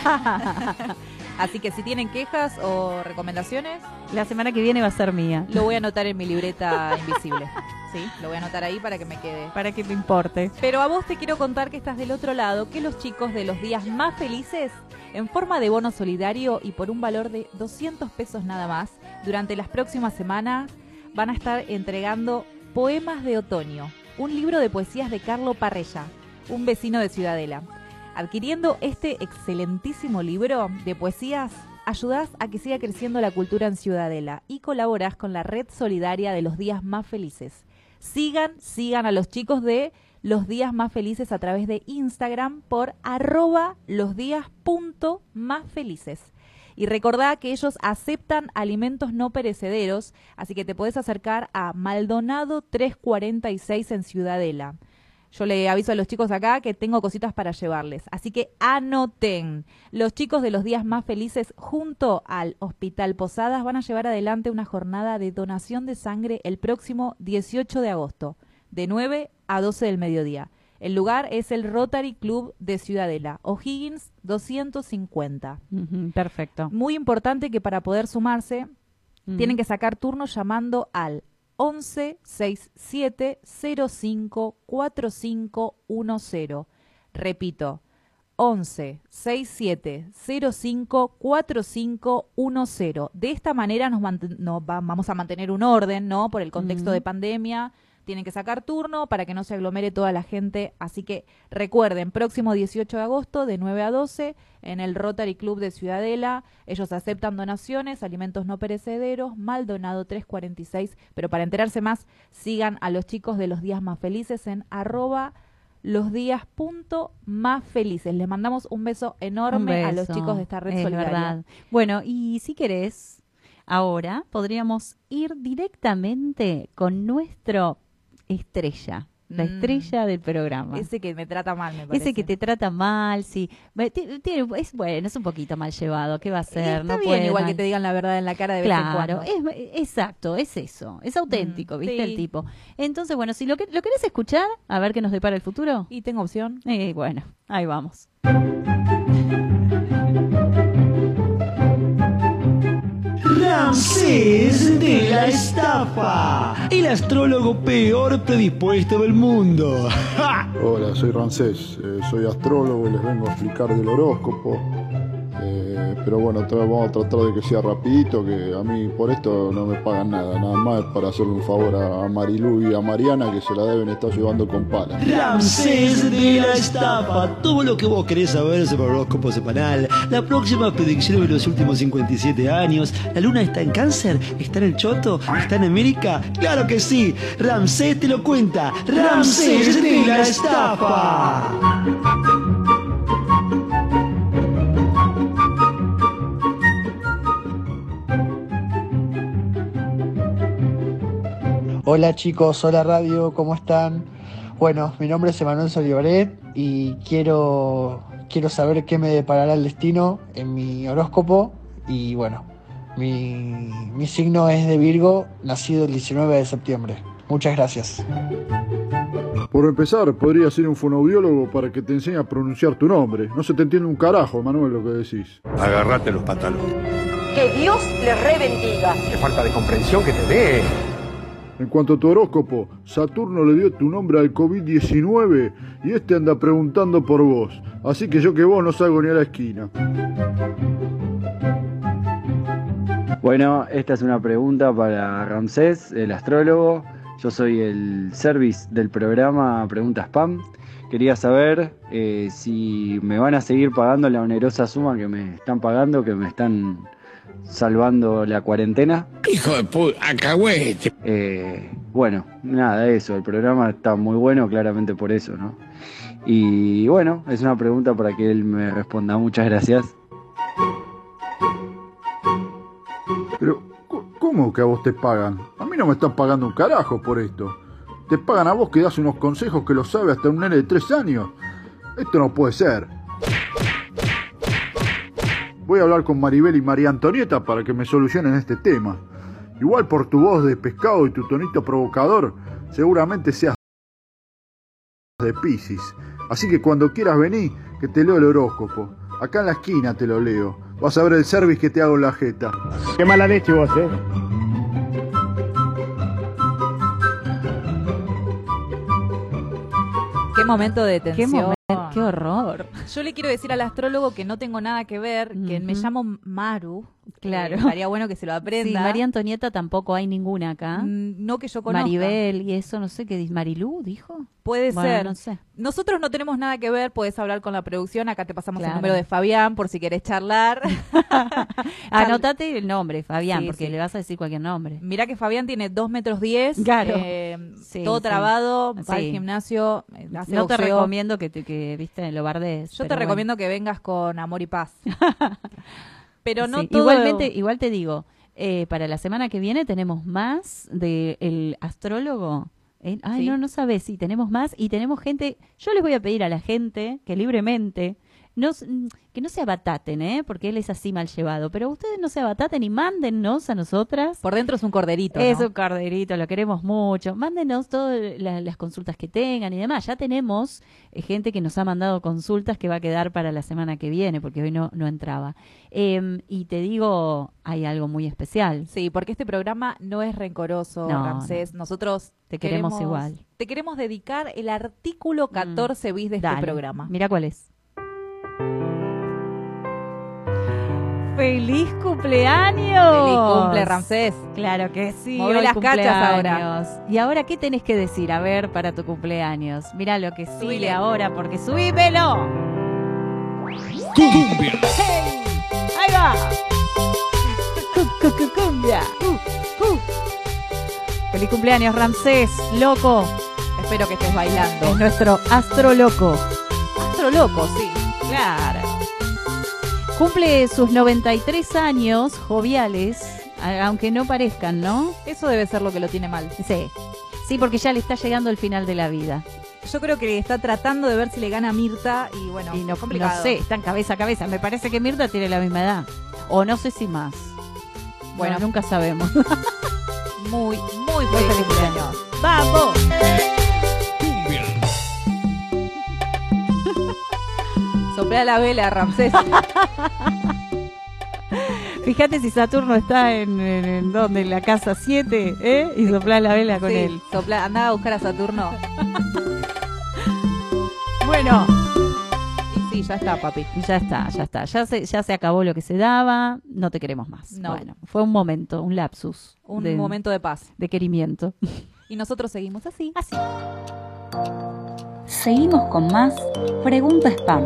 Así que si tienen quejas o recomendaciones, la semana que viene va a ser mía. Lo voy a anotar en mi libreta invisible. Sí, lo voy a anotar ahí para que me quede. Para que te importe. Pero a vos te quiero contar que estás del otro lado, que los chicos de los días más felices, en forma de bono solidario y por un valor de doscientos pesos nada más, durante las próximas semanas van a estar entregando Poemas de Otoño, un libro de poesías de Carlo Parrella, un vecino de Ciudadela. Adquiriendo este excelentísimo libro de poesías, ayudás a que siga creciendo la cultura en Ciudadela y colaborás con la red solidaria de los días más felices. Sigan, sigan a los chicos de Los Días Más Felices a través de Instagram por arroba losdías.másfelices. Y recordá que ellos aceptan alimentos no perecederos, así que te podés acercar a Maldonado trescientos cuarenta y seis en Ciudadela. Yo le aviso a los chicos acá que tengo cositas para llevarles. Así que anoten. Los chicos de Los Días Más Felices junto al Hospital Posadas van a llevar adelante una jornada de donación de sangre el próximo dieciocho de agosto, de nueve a doce del mediodía. El lugar es el Rotary Club de Ciudadela, O'Higgins doscientos cincuenta. Uh-huh, perfecto. Muy importante que para poder sumarse Uh-huh. tienen que sacar turno llamando al once sesenta y siete cero cinco cuatro cinco uno cero. Repito, once sesenta y siete cero cinco cuatro cinco uno cero. De esta manera nos, nos va vamos a mantener un orden, ¿no? Por el contexto Uh-huh. de pandemia. Tienen que sacar turno para que no se aglomere toda la gente. Así que recuerden, próximo dieciocho de agosto de nueve a doce en el Rotary Club de Ciudadela. Ellos aceptan donaciones, alimentos no perecederos, Maldonado trescientos cuarenta y seis. Pero para enterarse más, sigan a los chicos de Los Días Más Felices en arroba losdías.másfelices. Les mandamos un beso enorme Un a los beso, chicos de esta red es solidaria. verdad. Bueno, y si querés, ahora podríamos ir directamente con nuestro estrella, la Mm. estrella del programa. Ese que me trata mal, me parece. Ese que te trata mal, sí. Ve- ti- tiene- es bueno, es un poquito mal llevado. ¿Qué va a ser? Está no bien puede igual mal. que te digan la verdad en la cara de vez en Claro, cuando. es, exacto, es eso, es auténtico, Mm, ¿viste? sí. El tipo. Entonces, bueno, si lo, que, lo querés escuchar, a ver qué nos depara el futuro. Y tengo opción. Eh, bueno, ahí vamos. Ramsés de la estafa, el astrólogo peor predispuesto del mundo. Hola, soy Ramsés, eh, soy astrólogo y les vengo a explicar del horóscopo. Eh, pero bueno, tra- vamos a tratar de que sea rapidito, que a mí por esto no me pagan nada, nada más es para hacerle un favor a, a Marilú y a Mariana, que se la deben estar llevando con pala. Ramsés de la estafa, todo lo que vos querés saber sobre el horóscopo semanal, la próxima predicción de los últimos cincuenta y siete años, la luna está en Cáncer, está en el Choto, está en América, claro que sí, Ramsés te lo cuenta, Ramsés de la estafa. Hola chicos, hola radio, ¿cómo están? Bueno, mi nombre es Emanuel Solivaret y quiero, quiero saber qué me deparará el destino en mi horóscopo. Y bueno, mi, mi signo es de Virgo, nacido el diecinueve de septiembre. Muchas gracias. Por empezar, podría ser un fonoaudiólogo para que te enseñe a pronunciar tu nombre. No se te entiende un carajo, Manuel, lo que decís. Agárrate los pantalones. Que Dios les rebendiga. Qué falta de comprensión que te dé. En cuanto a tu horóscopo, Saturno le dio tu nombre al COVID diecinueve y este anda preguntando por vos. Así que yo que vos no salgo ni a la esquina. Bueno, esta es una pregunta para Ramsés, el astrólogo. Yo soy el service del programa Pregunta Spam. Quería saber eh, si me van a seguir pagando la onerosa suma que me están pagando, que me están salvando la cuarentena. Hijo de puta, acahuete. Eh, bueno, nada, eso. El programa está muy bueno, claramente por eso, ¿no? Y bueno, es una pregunta para que él me responda. Muchas gracias. Pero, ¿cómo que a vos te pagan? A mí no me están pagando un carajo por esto. Te pagan a vos que das unos consejos que lo sabe hasta un nene de tres años. Esto no puede ser. Voy a hablar con Maribel y María Antonieta para que me solucionen este tema. Igual por tu voz de pescado y tu tonito provocador, seguramente seas de Piscis. Así que cuando quieras venir, que te leo el horóscopo. Acá en la esquina te lo leo. Vas a ver el service que te hago en la jeta. Qué mala leche vos, eh. Qué momento de Qué, tensión. momento, qué horror. Yo le quiero decir al astrólogo que no tengo nada que ver, que me Ujú. llamo Maru, Claro. Eh, estaría bueno que se lo aprenda. Sí, María Antonieta tampoco hay ninguna acá. Mm, no que yo conozca. Maribel y eso, no sé qué dice. Marilú, dijo. Puede Bueno, ser. no sé. Nosotros no tenemos nada que ver, puedes hablar con la producción. Acá te pasamos Claro. el número de Fabián por si querés charlar. Anótate el nombre, Fabián, Sí, porque sí. le vas a decir cualquier nombre. Mirá que Fabián tiene dos metros diez. Claro. eh, Sí, todo sí. trabado, va al Sí. gimnasio, eh, hace No te boxeo. recomiendo que, te, que viste, lo bardees. Yo te pero recomiendo que vengas con amor y paz. Pero no Sí, todo... Igualmente, igual te digo, eh, para la semana que viene tenemos más del astrólogo. Eh, ay, Sí. no, no sabes, sí, tenemos más y tenemos gente. Yo les voy a pedir a la gente que libremente, no, s- mm, que no se abataten, ¿eh? Porque él es así mal llevado, pero ustedes no se abataten y mándennos a nosotras. Por dentro es un corderito, Es ¿no? un corderito, lo queremos mucho. Mándenos todas la- las consultas que tengan y demás. Ya tenemos eh, gente que nos ha mandado consultas que va a quedar para la semana que viene, porque hoy no, no entraba. Eh, y te digo, hay algo muy especial. Sí, porque este programa no es rencoroso, No, Ramsés. Nosotros Te queremos igual. Te queremos dedicar el artículo catorce bis de este Dale, programa. Mira cuál es. ¡Feliz cumpleaños! ¡Feliz cumple, Ramsés! Claro que sí. Mové hoy las cachas ahora. cumpleaños. ¿Y ahora qué tenés que decir? A ver, para tu cumpleaños. Mira lo que sigue Subile. ahora, porque subímelo. Cumbia. ¡Hey! ¡Ahí va! Cu- cu- cu- Cumbia. Uh, uh. ¡Feliz cumpleaños, Ramsés! ¡Loco! Espero que estés bailando. Es nuestro astro loco. Astro loco, sí. Claro. Cumple sus noventa y tres años joviales, a- aunque no parezcan, ¿no? Eso debe ser lo que lo tiene mal. Sí. Sí, porque ya le está llegando el final de la vida. Yo creo que está tratando de ver si le gana a Mirta y bueno, Y no, complicado. no sé, están cabeza a cabeza. Me parece que Mirta tiene la misma edad. O no sé si más. Bueno, Bueno. nunca sabemos. Muy, muy feliz cumpleaños. ¡Vamos! Cumbia. Soplá la vela, Ramsés. Fíjate si Saturno está en, en, en donde, en la casa siete, ¿eh? Y soplá la vela con Sí, él. soplá, andá a buscar a Saturno. Bueno. Y sí, ya está, papi. Ya está, ya está. Ya se, ya se acabó lo que se daba. No te queremos más. No. Bueno, fue un momento, un lapsus. Un de, momento de paz. de querimiento. Y nosotros seguimos así. Así. Seguimos con más Pregunta Spam.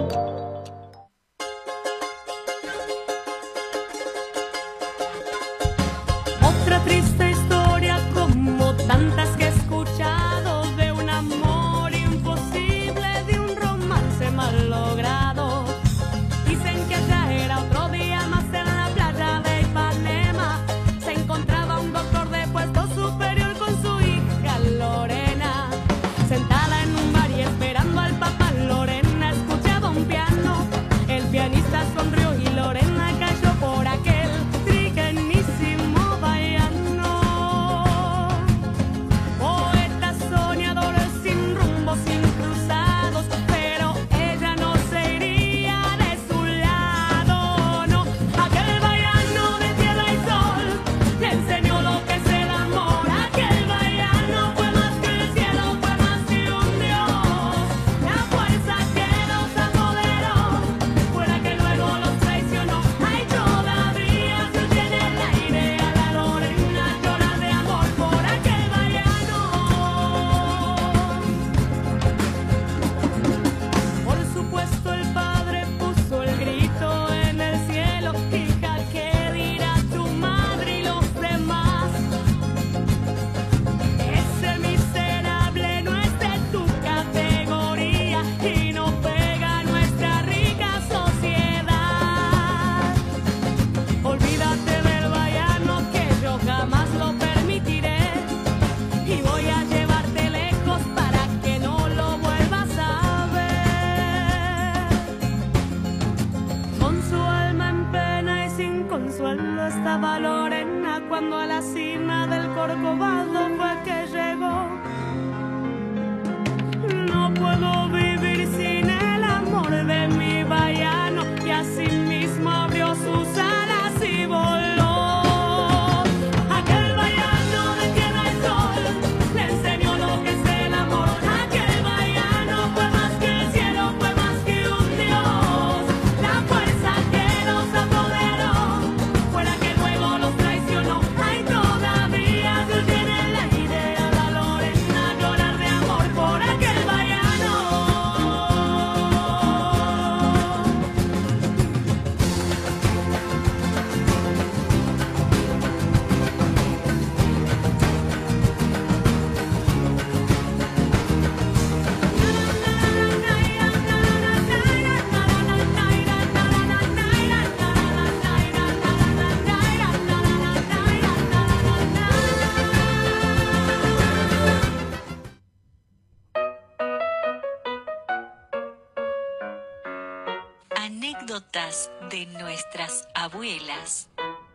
Otra triste historia como tantas que he escuchado de un amor imposible, de un romance mal logrado. Dicen que ya era otro día más en la playa de Ipanema. Se encontraba un doctor de puesto superior con su hija Lorena. Sentada en un bar y esperando al papá, Lorena escuchaba un piano. El pianista sonrió y Lorena cayó por aquel triguenísimo vallano. Poetas soñadores sin rumbo, sin cruzados, pero ella no se iría de su lado, no. Aquel vallano de tierra y sol le enseñó lo que es el amor. Aquel vallano fue más que el cielo, fue más que un dios. La fuerza que los apoderó fue la que luego los traicionó. Ay, todavía se tiene el aire a la Lorena llorar de amor por aquel vallano. Por supuesto el padre puso el grito en el cielo. Hija, ¿qué dirá tu madre y los demás? Ese miserable no es de tu categoría y no pega a nuestra rica sociedad. Olvídate del vallano que yo jamás lo permitiré y voy a llevarte lejos para que no lo vuelvas a ver. Con su alma en pena y sin consuelo estaba Lorena cuando a la cima del Corcovado fue que llegó. No puedo vivir sin el amor de mi vallano, y así mismo abrió sus alas y voló. Aquel vallano de tierra y sol le enseñó lo que es el amor. Aquel vallano fue más que el cielo, fue más que un dios. La fuerza que los apoderó fue la Anécdotas de nuestras abuelas.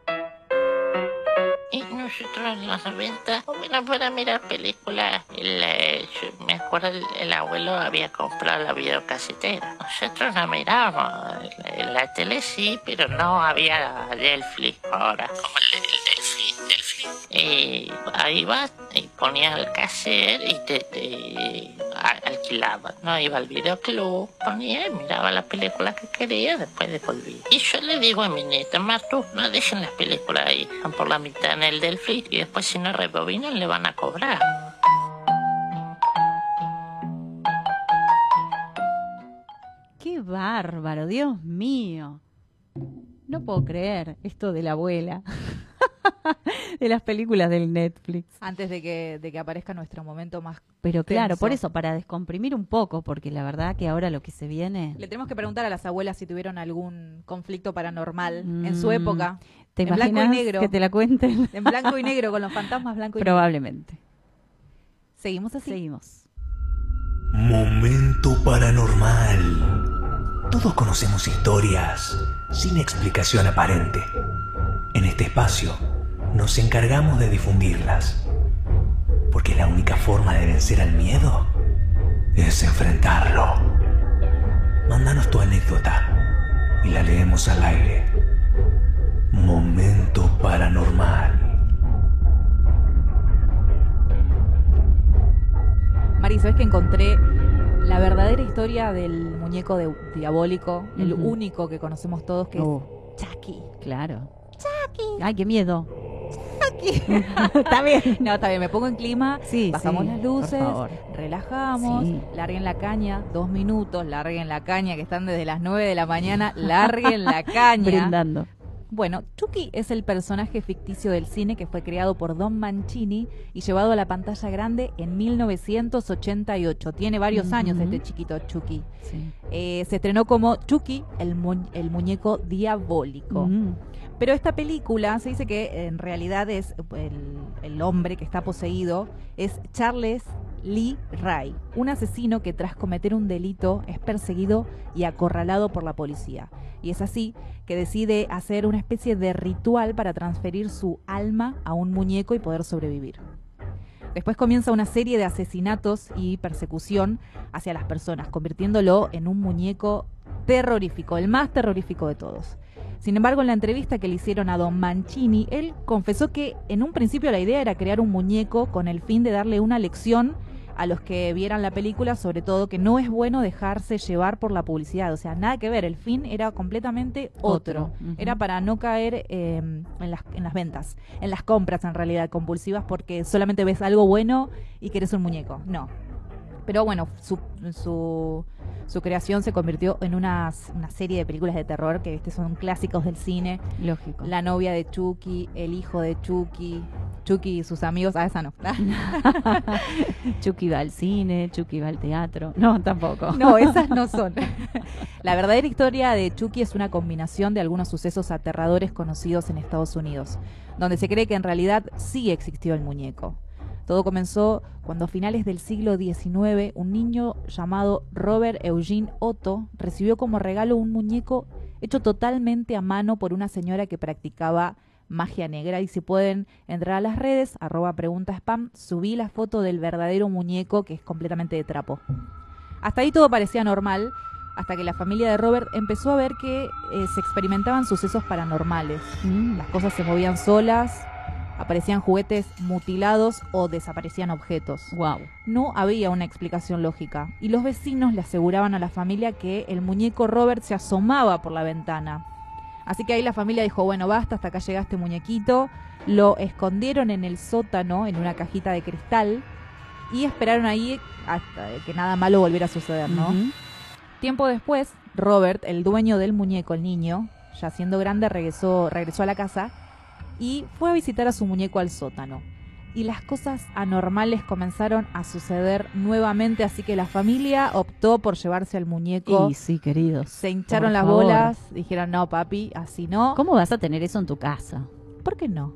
Y nosotros en los noventa, bueno, para mirar películas, el, eh, yo me acuerdo el, el abuelo había comprado la videocasetera. Nosotros la mirábamos, en la tele sí, pero no había Delphi ahora, como el, el Delphi, Delphi. Y ahí vas y ponías el cassette y te, te alquilaba, ¿no? Iba al videoclub, ponía y miraba la película que quería, después devolvía. Y yo le digo a mi nieta, Martu, no dejen las películas ahí, van por la mitad en el Delphi y después si no rebobinan le van a cobrar. ¡Qué bárbaro! Dios mío. No puedo creer esto de la abuela. De las películas del Netflix. Antes de que, de que aparezca nuestro momento más Pero claro, tenso. por eso, para descomprimir un poco, porque la verdad que ahora lo que se viene... Le tenemos que preguntar a las abuelas si tuvieron algún conflicto paranormal Mm, en su época. ¿Te en blanco y imaginas negro. que te la cuenten? En blanco y negro, con los fantasmas blanco y negro. Probablemente. ¿Seguimos así? Seguimos. Momento paranormal. Todos conocemos historias sin explicación aparente. En este espacio nos encargamos de difundirlas, porque la única forma de vencer al miedo es enfrentarlo. Mándanos tu anécdota y la leemos al aire. Momento paranormal. Mari, ¿sabes que encontré la verdadera historia del muñeco de, diabólico? El Ujú. único que conocemos todos, que Oh. es Chucky. Claro. Chucky. Ay, qué miedo. Chucky. Está bien. No, está bien, me pongo en clima, Sí, bajamos sí, las por luces, favor. relajamos, Sí. larguen la caña, dos minutos, larguen la caña, que están desde las nueve de la mañana, larguen la caña. Brindando. Bueno, Chucky es el personaje ficticio del cine que fue creado por Don Mancini y llevado a la pantalla grande en mil novecientos ochenta y ocho. Tiene varios Ujú. años este chiquito Chucky. Sí. Eh, se estrenó como Chucky, el, mu- el muñeco diabólico. Mm. Pero esta película se dice que en realidad es el, el hombre que está poseído es Charles Lee Ray, un asesino que tras cometer un delito es perseguido y acorralado por la policía. Y es así que decide hacer una especie de ritual para transferir su alma a un muñeco y poder sobrevivir. Después comienza una serie de asesinatos y persecución hacia las personas, convirtiéndolo en un muñeco terrorífico, el más terrorífico de todos. Sin embargo, en la entrevista que le hicieron a Don Mancini, él confesó que en un principio la idea era crear un muñeco con el fin de darle una lección a los que vieran la película, sobre todo que no es bueno dejarse llevar por la publicidad. O sea, nada que ver, el fin era completamente otro. Otro, ujú. Era para no caer eh, en, las, en las ventas, en las compras en realidad compulsivas, porque solamente ves algo bueno y querés un muñeco. No. Pero bueno, su, su, su creación se convirtió en una, una serie de películas de terror que este son clásicos del cine. Lógico. La novia de Chucky, el hijo de Chucky, Chucky y sus amigos. Ah, esa no. Chucky va al cine, Chucky va al teatro. No, tampoco. No, esas no son. La verdadera historia de Chucky es una combinación de algunos sucesos aterradores conocidos en Estados Unidos, donde se cree que en realidad sí existió el muñeco. Todo comenzó cuando a finales del siglo diecinueve un niño llamado Robert Eugene Otto recibió como regalo un muñeco hecho totalmente a mano por una señora que practicaba magia negra. Y si pueden entrar a las redes, arroba pregunta spam, subí la foto del verdadero muñeco que es completamente de trapo. Hasta ahí todo parecía normal, hasta que la familia de Robert empezó a ver que eh, se experimentaban sucesos paranormales. Mm. Las cosas se movían solas, aparecían juguetes mutilados o desaparecían objetos. Wow. No había una explicación lógica y los vecinos le aseguraban a la familia que el muñeco Robert se asomaba por la ventana. Así que ahí la familia dijo, bueno, basta, hasta acá llega este muñequito. Lo escondieron en el sótano, en una cajita de cristal, y esperaron ahí hasta que nada malo volviera a suceder, ¿no? Ujú. Tiempo después, Robert, el dueño del muñeco, el niño, ya siendo grande, regresó, regresó a la casa y fue a visitar a su muñeco al sótano. Y las cosas anormales comenzaron a suceder nuevamente, así que la familia optó por llevarse al muñeco. Y sí, queridos. Se hincharon por las favor. bolas, dijeron, no, papi, así no. ¿Cómo vas a tener eso en tu casa? ¿Por qué no?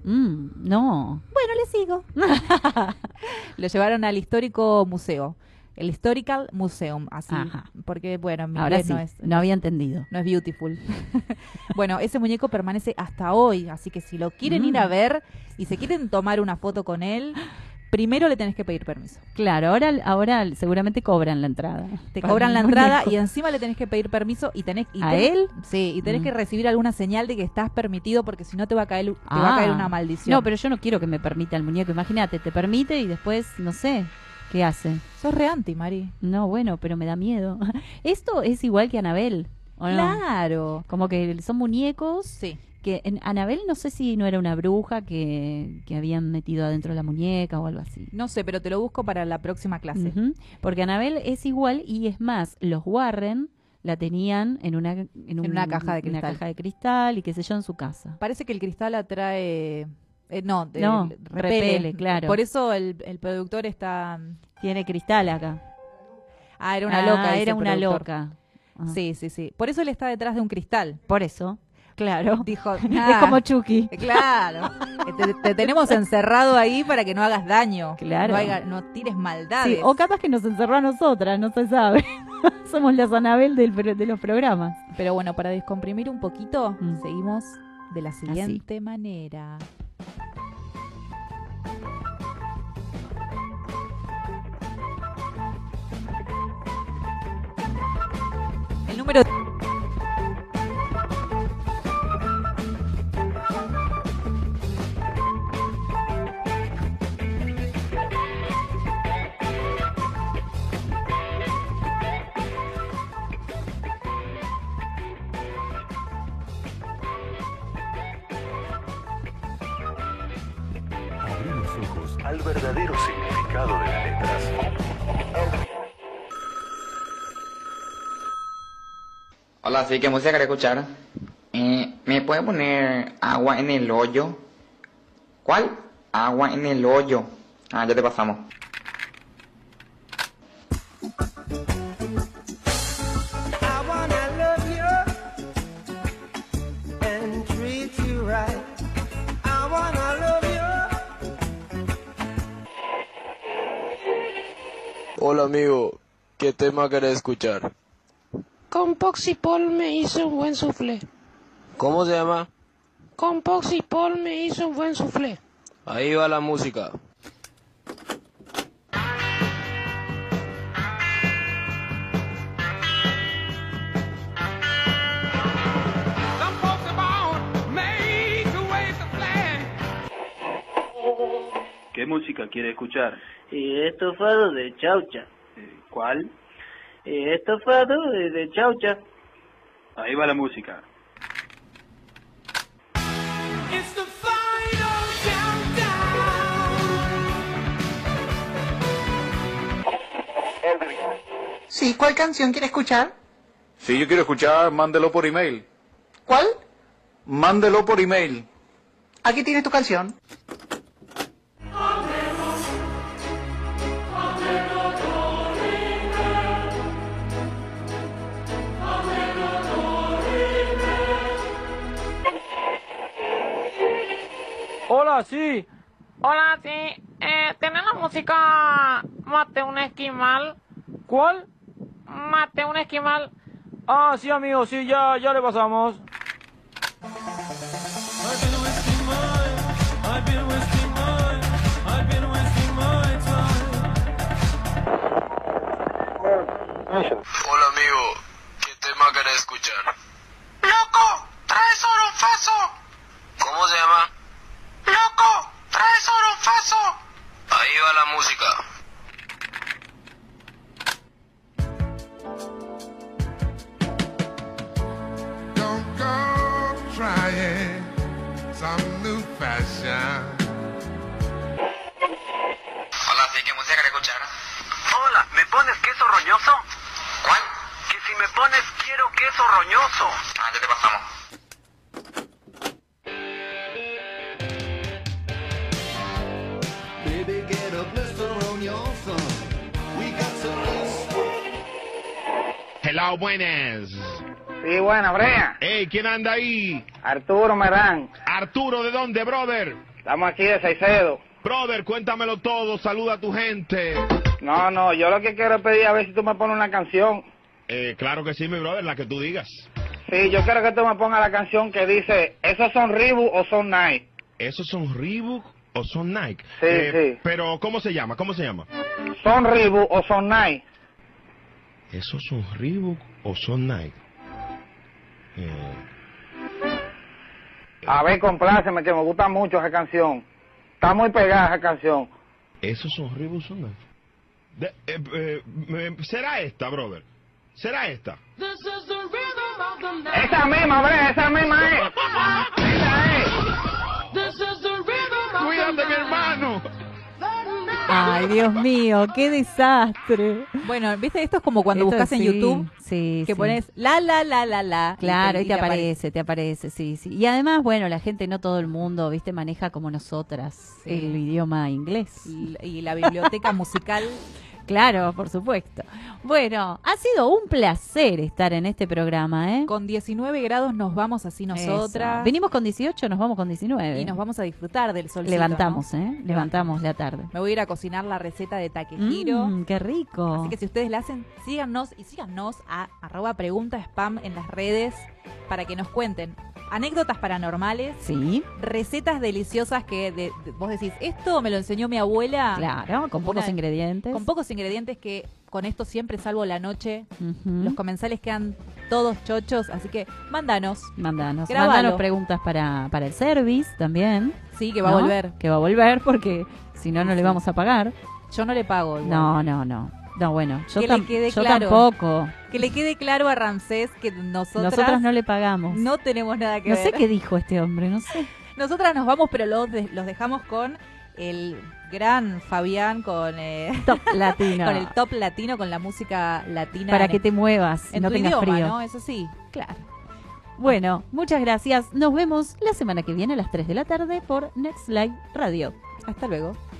Mm, no. Bueno, le sigo. Lo llevaron al histórico museo. El Historical Museum, así. Ajá. Porque, bueno, mi Ahora inglés sí, no es... no había entendido. No es beautiful. Bueno, ese muñeco permanece hasta hoy, así que si lo quieren Mm. ir a ver y se quieren tomar una foto con él, primero le tenés que pedir permiso. Claro, ahora, ahora seguramente cobran la entrada. Te Para cobran el la entrada muñeco. y encima le tenés que pedir permiso y tenés... Y ¿A tenés- él? Sí, y tenés Mm. que recibir alguna señal de que estás permitido porque si no te va a caer, te va a caer Ah. una maldición. No, pero yo no quiero que me permita el muñeco. Imagínate, te permite y después, no sé, ¿qué hace? Sos re anti, Mari. No, bueno, pero me da miedo. Esto es igual que Anabel, ¿o no? Claro. Como que son muñecos. Sí. Que en Anabel no sé si no era una bruja que, que habían metido adentro de la muñeca o algo así. No sé, pero te lo busco para la próxima clase. Ujú. Porque Anabel es igual y es más, los Warren la tenían en una, en En un- una caja de una cristal. caja de cristal y qué sé yo en su casa. Parece que el cristal atrae... eh, no, de- No, repele. repele, claro. Por eso el, el productor está... Tiene cristal acá. Ah, era una Ah, loca. dice era el una productor. loca. Ah. Sí, sí, sí. Por eso él está detrás de un cristal. Por eso, claro. Dijo, Es "Nah". como Chucky. Claro. Te, te tenemos encerrado ahí para que no hagas daño. Claro. No, haga- no tires maldades. Sí, o capaz que nos encerró a nosotras, no se sabe. Somos las Anabel del, pro- de los programas. Pero bueno, para descomprimir un poquito, Mm. seguimos de la siguiente manera. El número... Abrí los ojos al verdadero significado de las letras. Hola, sí, ¿qué música querés escuchar? Eh, ¿Me puede poner agua en el hoyo? ¿Cuál? Agua en el hoyo. Ah, ya te pasamos. I wanna love you and treat you right. I wanna love you. Hola amigo, ¿qué tema querés escuchar? Con Poxipol me hizo un buen soufflé. ¿Cómo se llama? Con Poxipol me hizo un buen soufflé. Ahí va la música. ¿Qué música quiere escuchar? Eh, estofado de chaucha. ¿Cuál? Eh, estofado de, de chaucha. Ahí va la música. It's the final countdown. Sí, ¿cuál canción quiere escuchar? Si yo quiero escuchar, mándelo por email. ¿Cuál? Mándelo por email. Aquí tienes tu canción. Hola, sí. Hola, sí. Eh, ¿Tenés la música Mate un esquimal? ¿Cuál? Mate un esquimal. Ah, sí amigo, sí, ya, ya le pasamos. Hola amigo, ¿qué tema querés escuchar? ¡Loco! ¡Traes orofazo! ¿Cómo se llama? ¡Loco! ¡Traes orofazo! Ahí va la música. Don't go trying some new fashion. Hola, sí, ¿qué música querés escuchar? Hola, ¿me pones queso roñoso? ¿Cuál? Que si me pones quiero queso roñoso. Ah, ya te pasamos. Baby, get a blister on your thumb. We got some Hello, buenas. Sí, buena, Brea. Hey, ¿quién anda ahí? Arturo Merán. Arturo, ¿de dónde, brother? Estamos aquí de Saicedo. Brother, cuéntamelo todo, saluda a tu gente. No, no, yo lo que quiero es pedir a ver si tú me pones una canción. Eh, claro que sí, mi brother, la que tú digas. Sí, yo quiero que tú me pongas la canción que dice, ¿esos son Reebok o son Nike? ¿Esos son Reebok o son Nike? Sí, Eh, sí. Pero, ¿cómo se llama? ¿Cómo se llama? ¿Son Reebok o son Nike? ¿Esos son Reebok o son Nike? Eh, A ver, compláceme, que me gusta mucho esa canción. Está muy pegada esa canción. ¿Esos son Reebok o son Nike? De- eh, eh, eh, ¿Será esta, brother? ¿Será esta? Esa misma, Brea, esa misma es. Esa es. Cuídate, mi hermano. Ay, Dios mío, qué desastre. Bueno, ¿viste? Esto es como cuando Esto buscas en sí, YouTube sí, que sí. pones la, la, la, la, la. Claro, y te, aparece. aparece, te aparece, sí, sí. Y además, bueno, la gente, no todo el mundo, viste, maneja como nosotras Sí. el idioma inglés. Y, y la biblioteca musical. Claro, por supuesto. Bueno, ha sido un placer estar en este programa, ¿eh? Con diecinueve grados nos vamos así nosotras. Eso. Venimos con dieciocho, nos vamos con diecinueve. Y nos vamos a disfrutar del solcito. Levantamos, ¿no? ¿eh? Levantamos la tarde. Me voy a ir a cocinar la receta de taquejiro. Mm, qué rico. Así que si ustedes la hacen, síganos y síganos a arroba pregunta spam en las redes para que nos cuenten anécdotas paranormales, Sí, recetas deliciosas que de- de- vos decís, esto me lo enseñó mi abuela. claro, con pocos Una- ingredientes. Con pocos ingredientes que con esto siempre salvo la noche. Ujú. Los comensales quedan todos chochos, así que mándanos. Mandanos, Grabalo. mandanos preguntas para, para el service también. Sí, que va ¿no? a volver. Que va a volver porque si no, no le Sí. vamos a pagar. Yo no le pago. igual. No, no, no. No, bueno, yo, Que le tam- quede yo claro. tampoco. Que le quede claro a Ramsés que nosotras, Nosotras no le pagamos. no tenemos nada que No ver. sé qué dijo este hombre, no sé. Nosotras nos vamos, pero los, de- los dejamos con el gran Fabián, con, eh, Top latino. con el top latino, con la música latina. Para en- que te muevas y en no tu tengas idioma, frío. ¿no? Eso sí. Claro. Bueno, muchas gracias. Nos vemos la semana que viene a las tres de la tarde por Next Live Radio. Hasta luego.